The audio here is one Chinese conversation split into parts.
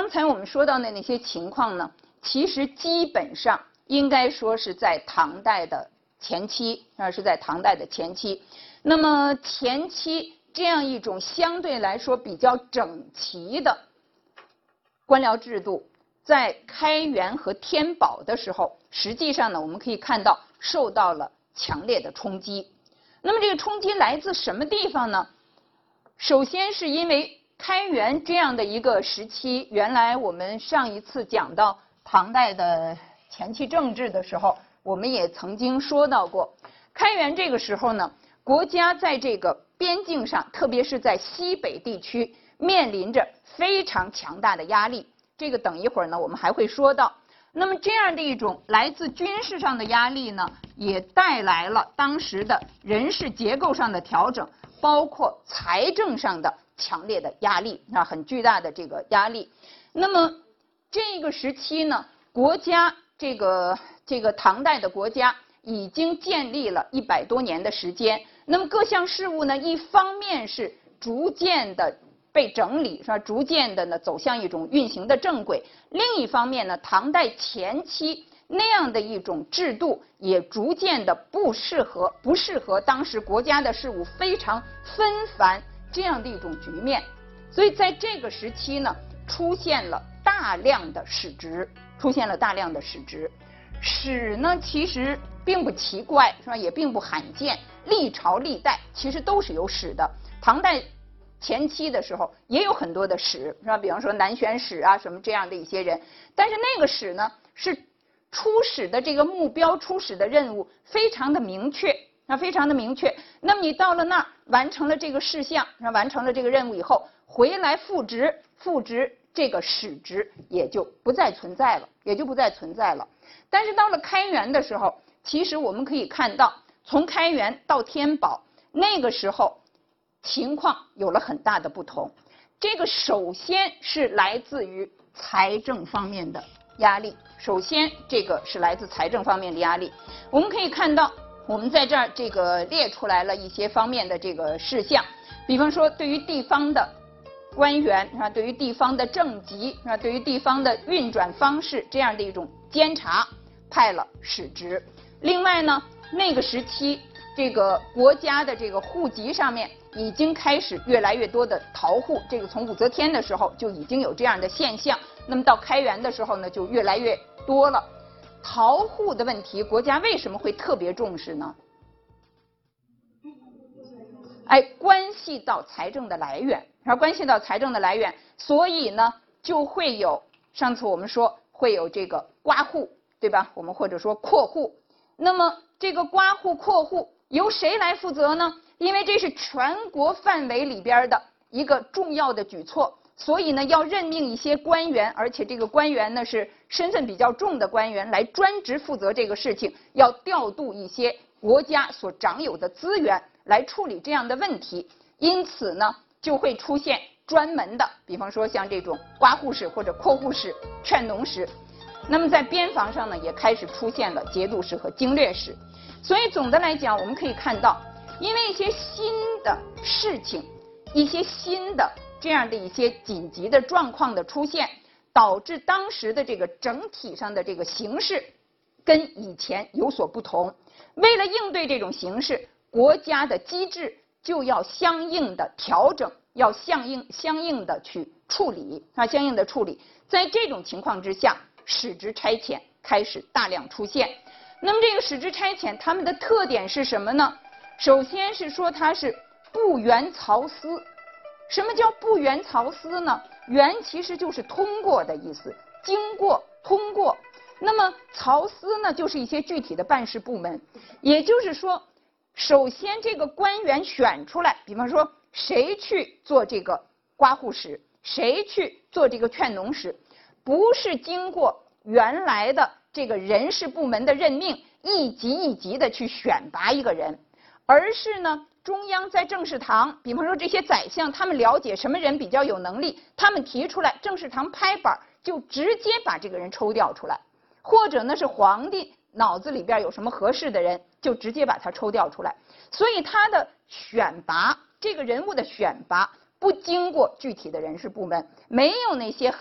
刚才我们说到的那些情况呢，其实基本上应该说是在唐代的前期，是在唐代的前期。那么前期这样一种相对来说比较整齐的官僚制度，在开元和天宝的时候，实际上呢，我们可以看到受到了强烈的冲击。那么这个冲击来自什么地方呢？首先是因为开元这样的一个时期，原来我们上一次讲到唐代的前期政治的时候，我们也曾经说到过，开元这个时候呢，国家在这个边境上，特别是在西北地区，面临着非常强大的压力。这个等一会儿呢，我们还会说到。那么这样的一种来自军事上的压力呢，也带来了当时的人事结构上的调整，包括财政上的强烈的压力，很巨大的这个压力。那么这个时期呢，国家这个唐代的国家已经建立了100多年的时间。那么各项事务呢，一方面是逐渐的被整理，是吧？逐渐的呢走向一种运行的正轨。另一方面呢，唐代前期那样的一种制度也逐渐的不适合当时国家的事务非常纷繁这样的一种局面。所以在这个时期呢，出现了大量的史职。史呢，其实并不奇怪，是吧？也并不罕见，历朝历代其实都是有史的。唐代前期的时候也有很多的史，是吧？比方说南玄史啊什么这样的一些人，但是那个史呢，是出使的这个目标、出使的任务非常的明确，非常的明确。那么你到了那儿完成了这个事项，完成了这个任务以后，回来复职，这个史职也就不再存在了。但是到了开元的时候，其实我们可以看到，从开元到天宝那个时候，情况有了很大的不同。这个首先是来自于财政方面的压力，我们可以看到，我们在这儿这个列出来了一些方面的这个事项，比方说对于地方的官员对于地方的政绩对于地方的运转方式这样的一种监察，派了史职。另外呢，那个时期这个国家的这个户籍上面已经开始越来越多的逃户，这个从武则天的时候就已经有这样的现象，那么到开元的时候呢，就越来越多了。逃户的问题，国家为什么会特别重视呢？关系到财政的来源，所以呢，就会有上次我们说会有这个刮户，对吧？我们或者说扩户。那么这个刮户扩户由谁来负责呢？因为这是全国范围里边的一个重要的举措，所以呢，要任命一些官员，而且这个官员呢是身份比较重的官员来专职负责这个事情，要调度一些国家所掌有的资源来处理这样的问题。因此呢，就会出现专门的，比方说像这种刮户使或者扩户使、劝农使。那么在边防上呢，也开始出现了节度使和经略使。所以总的来讲，我们可以看到，因为一些新的事情，一些新的这样的一些紧急的状况的出现，导致当时的这个整体上的这个形势跟以前有所不同。为了应对这种形势，国家的机制就要相应的调整，要相应的去处理。在这种情况之下，史职差遣开始大量出现。那么这个史职差遣它们的特点是什么呢？首先是说它是不原曹司。什么叫不原曹司呢？原其实就是通过的意思，经过、通过。那么曹司呢，就是一些具体的办事部门。也就是说，首先这个官员选出来，比方说谁去做这个刮户使，谁去做这个劝农使，不是经过原来的这个人事部门的任命，一级一级的去选拔一个人，而是呢，中央在政事堂，比方说这些宰相，他们了解什么人比较有能力，他们提出来，政事堂拍板就直接把这个人抽调出来，或者呢是皇帝脑子里边有什么合适的人，就直接把他抽调出来。所以他的选拔，这个人物的选拔不经过具体的人事部门，没有那些很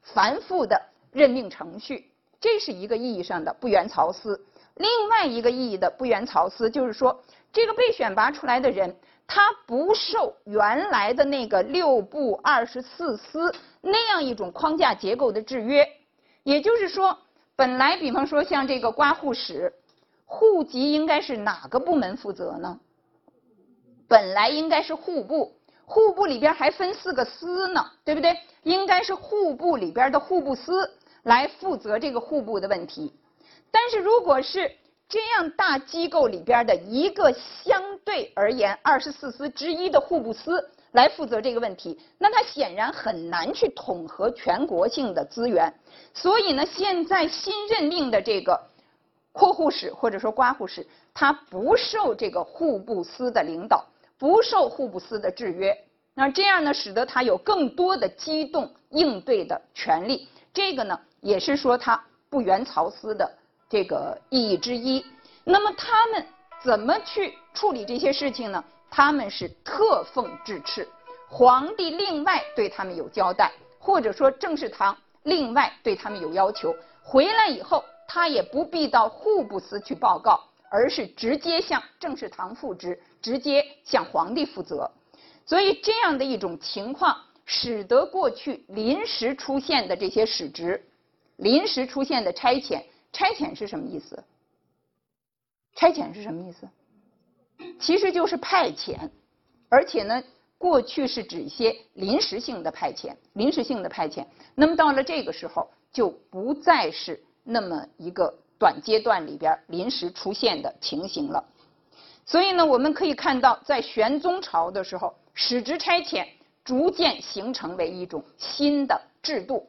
繁复的任命程序，这是一个意义上的不原曹司。另外一个意义的不原曹司，就是说这个被选拔出来的人，他不受原来的那个6部24司那样一种框架结构的制约。也就是说，本来比方说像这个刮户使，户籍应该是哪个部门负责呢？本来应该是户部，户部里边还分4个司呢，对不对？应该是户部里边的户部司来负责这个户部的问题。但是如果是这样大机构里边的一个相对而言24司之一的户部司来负责这个问题，那它显然很难去统合全国性的资源。所以呢，现在新任命的这个扩户使或者说刮户使，它不受这个户部司的领导，不受户部司的制约。那这样呢，使得它有更多的机动应对的权利。这个呢，也是说它不原曹司的这个意义之一。那么他们怎么去处理这些事情呢？他们是特奉制敕，皇帝另外对他们有交代，或者说政事堂另外对他们有要求。回来以后，他也不必到户部司去报告，而是直接向政事堂复职，直接向皇帝负责。所以这样的一种情况，使得过去临时出现的这些使职，临时出现的差遣，差遣是什么意思？差遣是什么意思？其实就是派遣，而且呢，过去是指一些临时性的派遣，临时性的派遣。那么到了这个时候，就不再是那么一个短阶段里边临时出现的情形了。所以呢，我们可以看到，在玄宗朝的时候，使职差遣逐渐形成为一种新的制度。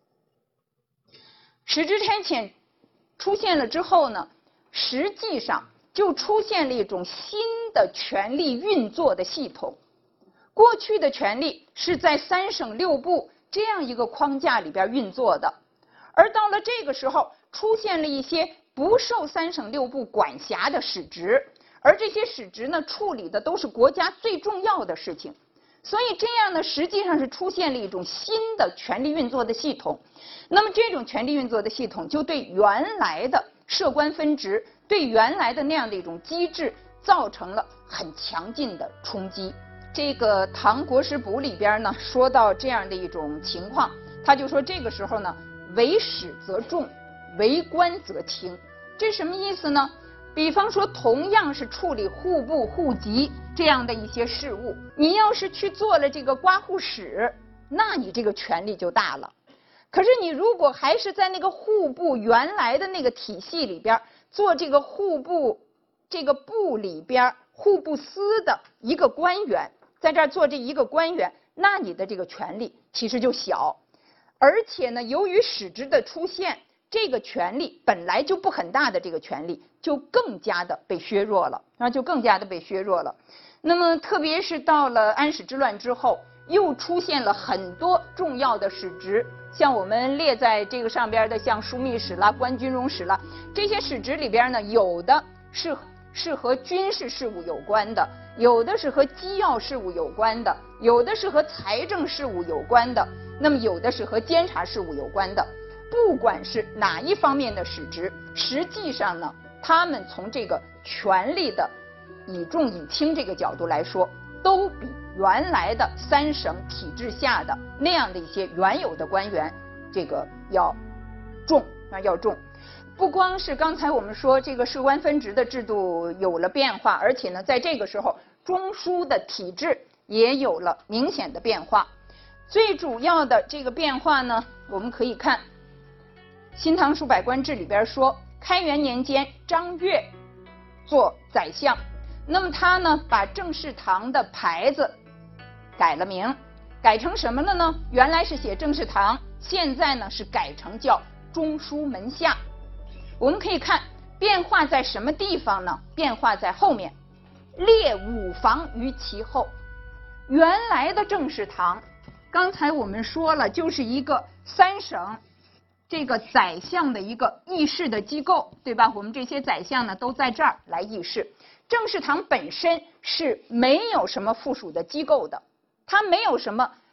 使职差遣出现了之后呢，实际上就出现了一种新的权力运作的系统。过去的权力是在3省6部这样一个框架里边运作的，而到了这个时候，出现了一些不受3省6部管辖的使职，而这些使职呢，处理的都是国家最重要的事情。所以这样呢，实际上是出现了一种新的权力运作的系统。那么这种权力运作的系统就对原来的设官分职，对原来的那样的一种机制造成了很强劲的冲击。这个《唐国史补》里边呢，说到这样的一种情况，他就说这个时候呢，为使则重，为官则轻。这什么意思呢？比方说，同样是处理户部、户籍这样的一些事务，你要是去做了这个刮户使，那你这个权力就大了。可是你如果还是在那个户部原来的那个体系里边做这个户部这个部里边户部司的一个官员，在这儿做这一个官员，那你的这个权力其实就小。而且呢，由于使职的出现，这个权力本来就不很大的这个权力就更加的被削弱了，就更加的被削弱了。那么特别是到了安史之乱之后，又出现了很多重要的使职，像我们列在这个上边的，像枢密使啦、官军容使啦，这些使职里边呢，有的是和军事事务有关的，有的是和机要事务有关的，有的是和财政事务有关的，那么有的是和监察事务有关的。不管是哪一方面的使职，实际上呢，他们从这个权力的以重以轻这个角度来说，都比原来的3省体制下的那样的一些原有的官员这个要重。不光是刚才我们说这个设官分职的制度有了变化，而且呢，在这个时候中枢的体制也有了明显的变化。最主要的这个变化呢，我们可以看《新唐书百官志》里边说，开元年间张悦做宰相，那么他呢把政事堂的牌子改了名，改成什么了呢？原来是写政事堂，现在呢是改成叫中书门下。我们可以看变化在什么地方呢？变化在后面，列5房于其后。原来的政事堂，刚才我们说了，就是一个3省这个宰相的一个议事的机构，对吧？我们这些宰相呢都在这儿来议事。政事堂本身是没有什么附属的机构的，它没有什么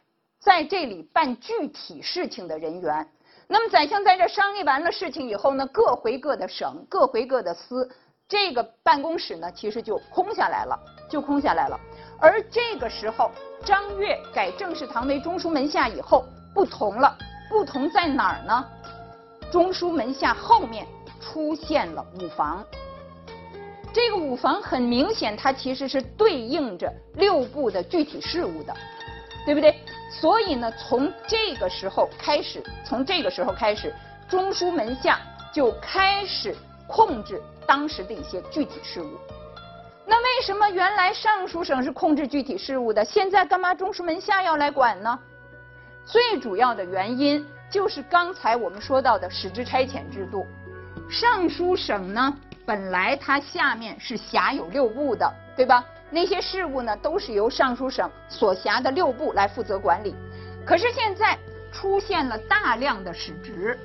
在这里办具体事情的人员。那么宰相在这商议完了事情以后呢，各回各的省，各回各的司，这个办公室呢其实就空下来了，而这个时候张悦改正式堂为中书门下以后不同了，不同在哪儿呢？中书门下后面出现了五房，这个五房很明显它其实是对应着6部的具体事务的，对不对？所以呢，从这个时候开始，中书门下就开始控制当时的一些具体事务。那为什么原来尚书省是控制具体事务的，现在干嘛中书门下要来管呢？最主要的原因就是刚才我们说到的使之差遣制度。尚书省呢，本来它下面是辖有6部的，对吧？那些事务呢，都是由尚书省所辖的6部来负责管理。可是现在出现了大量的使职，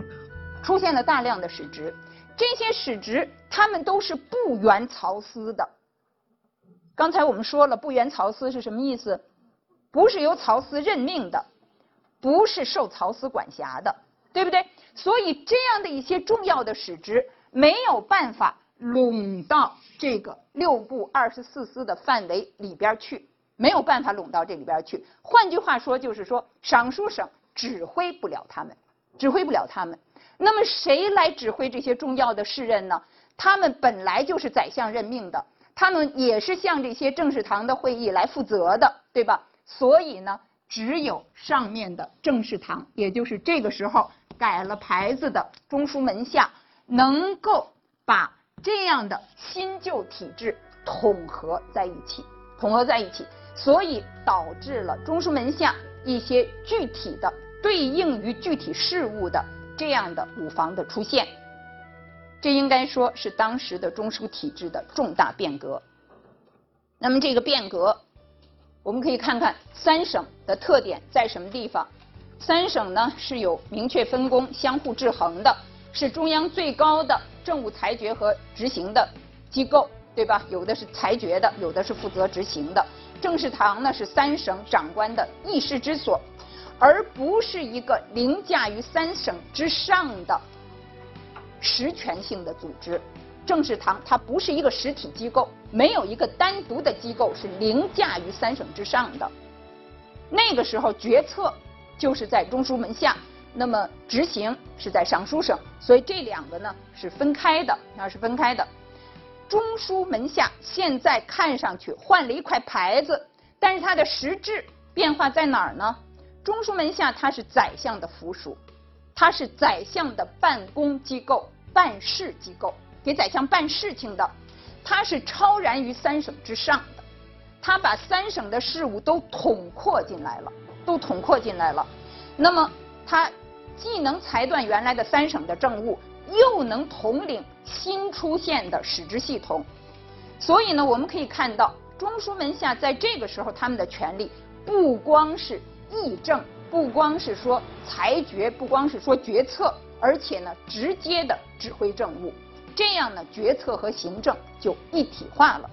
这些使职他们都是不原曹司的。刚才我们说了，不原曹司是什么意思？不是由曹司任命的，不是受曹司管辖的，对不对？所以这样的一些重要的使职没有办法拢到这个6部24司的范围里边去，没有办法拢到这里边去。换句话说，就是说尚书省指挥不了他们。那么谁来指挥这些重要的事任呢？他们本来就是宰相任命的，他们也是向这些正式堂的会议来负责的，对吧？所以呢，只有上面的正式堂，也就是这个时候改了牌子的中书门下，能够把这样的新旧体制统合在一起，所以导致了中书门下一些具体的对应于具体事务的这样的五房的出现。这应该说是当时的中书体制的重大变革。那么这个变革，我们可以看看3省的特点在什么地方。3省呢是有明确分工、相互制衡的，是中央最高的政务裁决和执行的机构，对吧？有的是裁决的，有的是负责执行的。正式堂呢是3省长官的议事之所，而不是一个凌驾于3省之上的实权性的组织。正式堂它不是一个实体机构，没有一个单独的机构是凌驾于3省之上的。那个时候决策就是在中书门下，那么执行是在尚书省，所以这2个呢是分开的，中书门下现在看上去换了一块牌子，但是它的实质变化在哪儿呢？中书门下它是宰相的附属，它是宰相的办公机构、办事机构，给宰相办事情的，它是超然于3省之上的，它把3省的事务都统括进来了，那么它既能裁断原来的3省的政务，又能统领新出现的使之系统。所以呢，我们可以看到中书门下在这个时候他们的权力不光是议政，不光是说裁决，不光是说决策，而且呢直接的指挥政务，这样呢决策和行政就一体化了。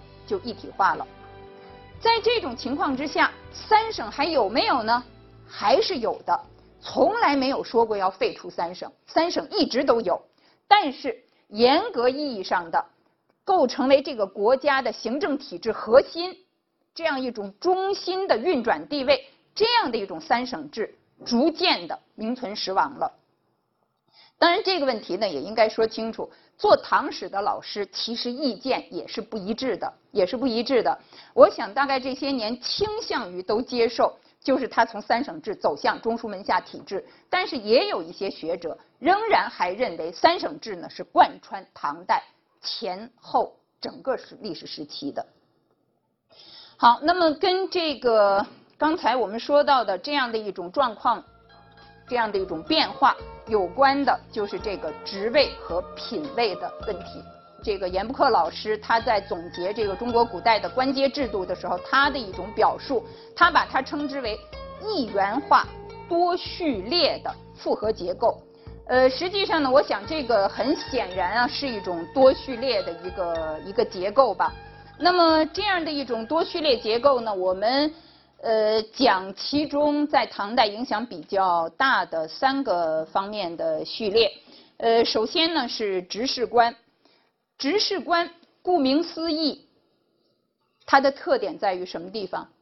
在这种情况之下，3省还有没有呢？还是有的，从来没有说过要废除3省，3省一直都有。但是严格意义上的构成为这个国家的行政体制核心，这样一种中心的运转地位，这样的一种3省制逐渐的名存实亡了。当然这个问题呢也应该说清楚，做唐史的老师其实意见也是不一致的，我想大概这些年倾向于都接受，就是他从3省制走向中书门下体制，但是也有一些学者仍然还认为3省制呢是贯穿唐代前后整个历史时期的。好，那么跟这个刚才我们说到的这样的一种状况，这样的一种变化有关的，就是这个职位和品位的问题。这个严不克老师他在总结这个中国古代的官阶制度的时候，他的一种表述，他把它称之为一元化多序列的复合结构。实际上呢，我想这个很显然啊是一种多序列的一个结构吧。那么这样的一种多序列结构呢，我们讲其中在唐代影响比较大的3个方面的序列。首先呢是执事官，执事官顾名思义，它的特点在于什么地方？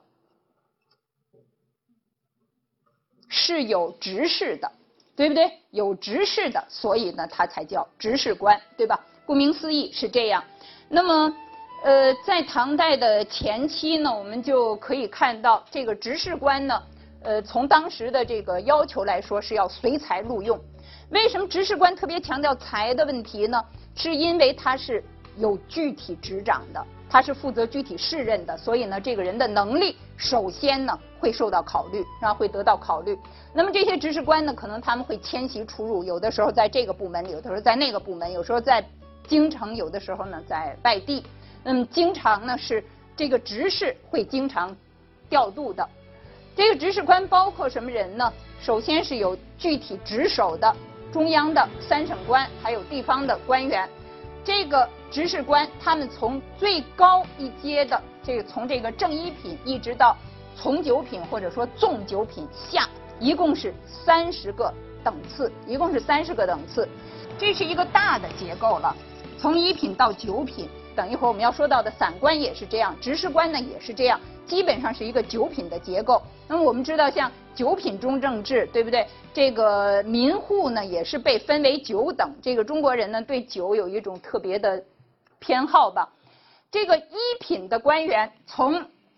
是有执事的，对不对？有执事的，所以呢它才叫执事官，对吧？顾名思义是这样。那么在唐代的前期呢，我们就可以看到这个执事官呢，从当时的这个要求来说是要随才录用。为什么执事官特别强调才的问题呢？是因为他是有具体执掌的，他是负责具体事任的，所以呢，这个人的能力首先呢会受到考虑，然后会得到考虑。那么这些执事官呢，可能他们会迁徙出入，有的时候在这个部门，有的时候在那个部门，有时候在京城，有的时候呢在外地。经常呢是这个执事会经常调度的。这个执事官包括什么人呢？首先是有具体职守的中央的3省官，还有地方的官员。这个执事官他们从最高一阶的从这个正一品一直到从九品或者说纵九品下，一共是30个等次，一共是30个等次。这是一个大的结构了，从1品到9品。等一会儿我们要说到的散官也是这样，执事官呢也是这样，基本上是一个9品的结构。那么我们知道，像9品中正制，对不对？这个民户呢也是被分为9等。这个中国人呢对酒有一种特别的偏好吧。这个1品的官员，从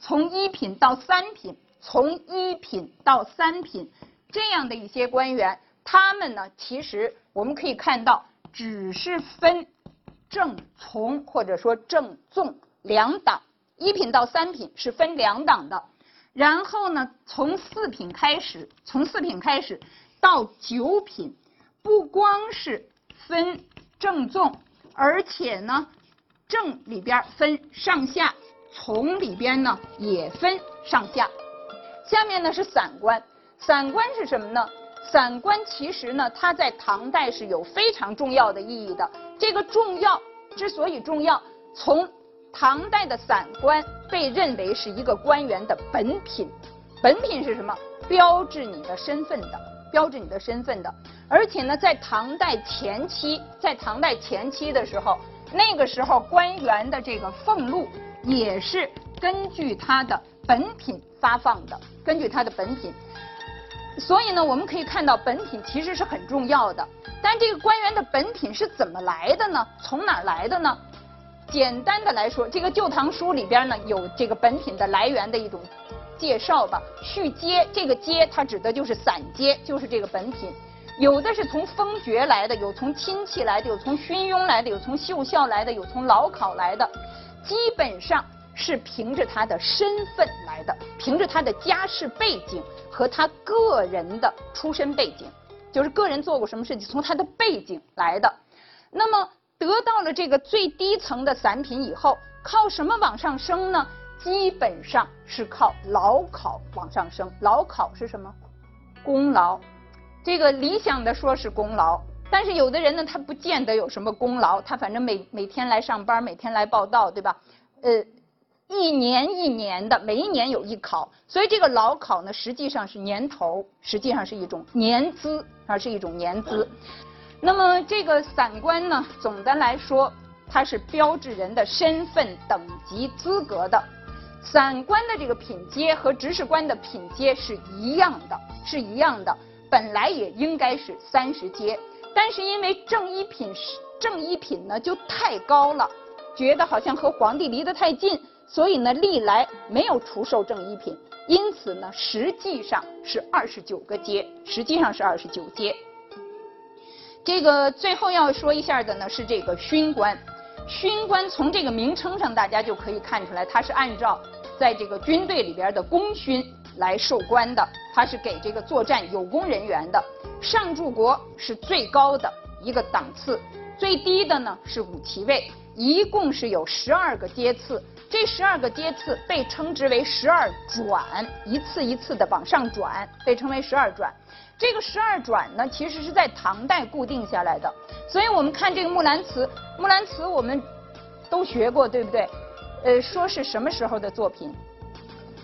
1品到3品，从1品到3品这样的一些官员，他们呢其实我们可以看到，只是分正从或者说正纵2档，1品到3品是分2档的。然后呢，从4品开始到9品，不光是分正纵，而且呢，正里边分上下，从里边呢也分上下。下面呢是散官，散官是什么呢？散官其实呢，它在唐代是有非常重要的意义的。这个重要之所以重要，从唐代的散官被认为是一个官员的本品。本品是什么？标志你的身份的，标志你的身份的。而且呢，在唐代前期的时候，那个时候官员的这个俸禄也是根据他的本品发放的，根据他的本品。所以呢，我们可以看到本品其实是很重要的。但这个官员的本品是怎么来的呢？从哪儿来的呢？简单的来说，这个《旧唐书》里边呢有这个本品的来源的一种介绍吧。续阶，这个阶它指的就是散阶，就是这个本品。有的是从封爵来的，有从亲戚来的，有从勋庸来的，有从秀孝来的，有从劳考来的，基本上是凭着他的身份来的，凭着他的家世背景和他个人的出身背景，就是个人做过什么事情，从他的背景来的。那么得到了这个最低层的散品以后，靠什么往上升呢？基本上是靠劳考往上升。劳考是什么？功劳。这个理想的说是功劳，但是有的人呢，他不见得有什么功劳，他反正每天来上班，每天来报道，对吧？一年一年的，每一年有一考，所以这个劳考呢，实际上是年头，实际上是一种年资啊，是一种年资。那么这个散官呢，总的来说，它是标志人的身份、等级、资格的。散官的这个品阶和执事官的品阶是一样的，是一样的。本来也应该是30阶，但是因为正一品呢就太高了，觉得好像和皇帝离得太近，所以呢历来没有除授正一品，因此呢实际上是29个阶，实际上是29阶。这个最后要说一下的呢是这个勋官。勋官从这个名称上大家就可以看出来，它是按照在这个军队里边的功勋来授官的，它是给这个作战有功人员的。上柱国是最高的一个档次，最低的呢是武骑尉，一共是有12个阶次。这12个阶次被称之为12转，一次一次的往上转，被称为12转。这个12转呢，其实是在唐代固定下来的。所以我们看这个《木兰辞》，木兰辞我们都学过，对不对？说是什么时候的作品？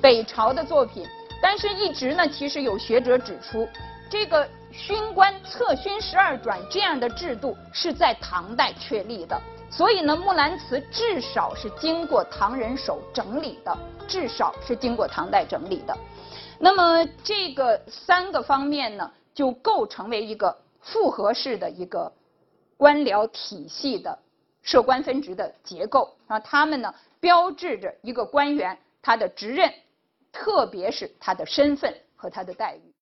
北朝的作品。但是，一直呢，其实有学者指出，这个勋官册勋12转这样的制度是在唐代确立的。所以呢，木兰辞至少是经过唐人手整理的，至少是经过唐代整理的。那么这个3个方面呢，就构成为一个复合式的一个官僚体系的设官分职的结构啊，它们呢标志着一个官员他的职任，特别是他的身份和他的待遇。